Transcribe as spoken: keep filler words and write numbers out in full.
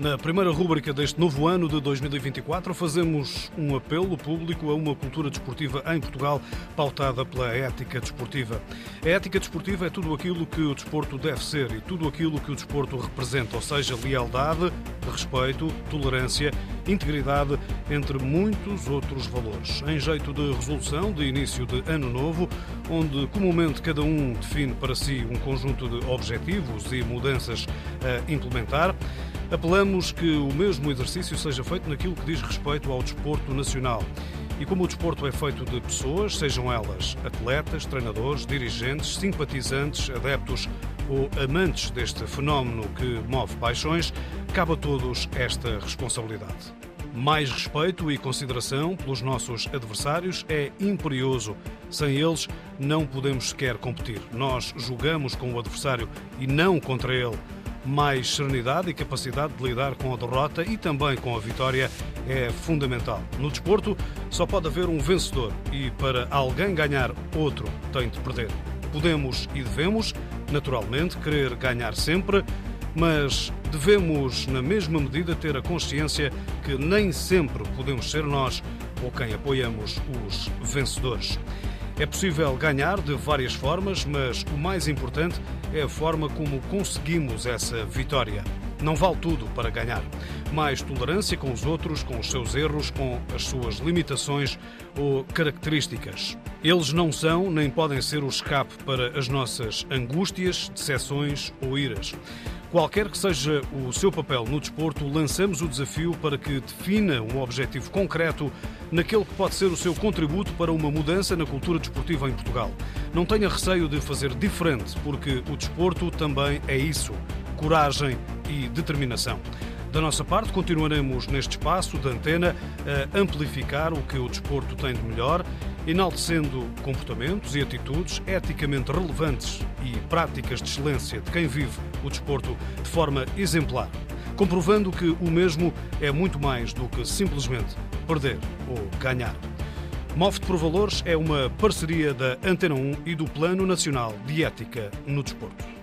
Na primeira rúbrica deste novo ano de dois mil e vinte e quatro, fazemos um apelo público a uma cultura desportiva em Portugal pautada pela ética desportiva. A ética desportiva é tudo aquilo que o desporto deve ser e tudo aquilo que o desporto representa, ou seja, lealdade, respeito, tolerância, integridade, entre muitos outros valores. Em jeito de resolução de início de ano novo, onde comumente cada um define para si um conjunto de objetivos e mudanças a implementar, apelamos que o mesmo exercício seja feito naquilo que diz respeito ao desporto nacional. E como o desporto é feito de pessoas, sejam elas atletas, treinadores, dirigentes, simpatizantes, adeptos ou amantes deste fenómeno que move paixões, cabe a todos esta responsabilidade. Mais respeito e consideração pelos nossos adversários é imperioso. Sem eles, não podemos sequer competir. Nós jogamos com o adversário e não contra ele. Mais serenidade e capacidade de lidar com a derrota e também com a vitória é fundamental. No desporto, só pode haver um vencedor e para alguém ganhar, outro tem de perder. Podemos e devemos, naturalmente, querer ganhar sempre, mas devemos, na mesma medida, ter a consciência que nem sempre podemos ser nós ou quem apoiamos os vencedores. É possível ganhar de várias formas, mas o mais importante é a forma como conseguimos essa vitória. Não vale tudo para ganhar. Mais tolerância com os outros, com os seus erros, com as suas limitações ou características. Eles não são nem podem ser o escape para as nossas angústias, decepções ou iras. Qualquer que seja o seu papel no desporto, lançamos o desafio para que defina um objetivo concreto naquele que pode ser o seu contributo para uma mudança na cultura desportiva em Portugal. Não tenha receio de fazer diferente, porque o desporto também é isso: coragem e determinação. Da nossa parte, continuaremos neste espaço de antena a amplificar o que o desporto tem de melhor, enaltecendo comportamentos e atitudes eticamente relevantes e práticas de excelência de quem vive o desporto de forma exemplar, comprovando que o mesmo é muito mais do que simplesmente perder ou ganhar. Move-te por Valores é uma parceria da Antena um e do Plano Nacional de Ética no Desporto.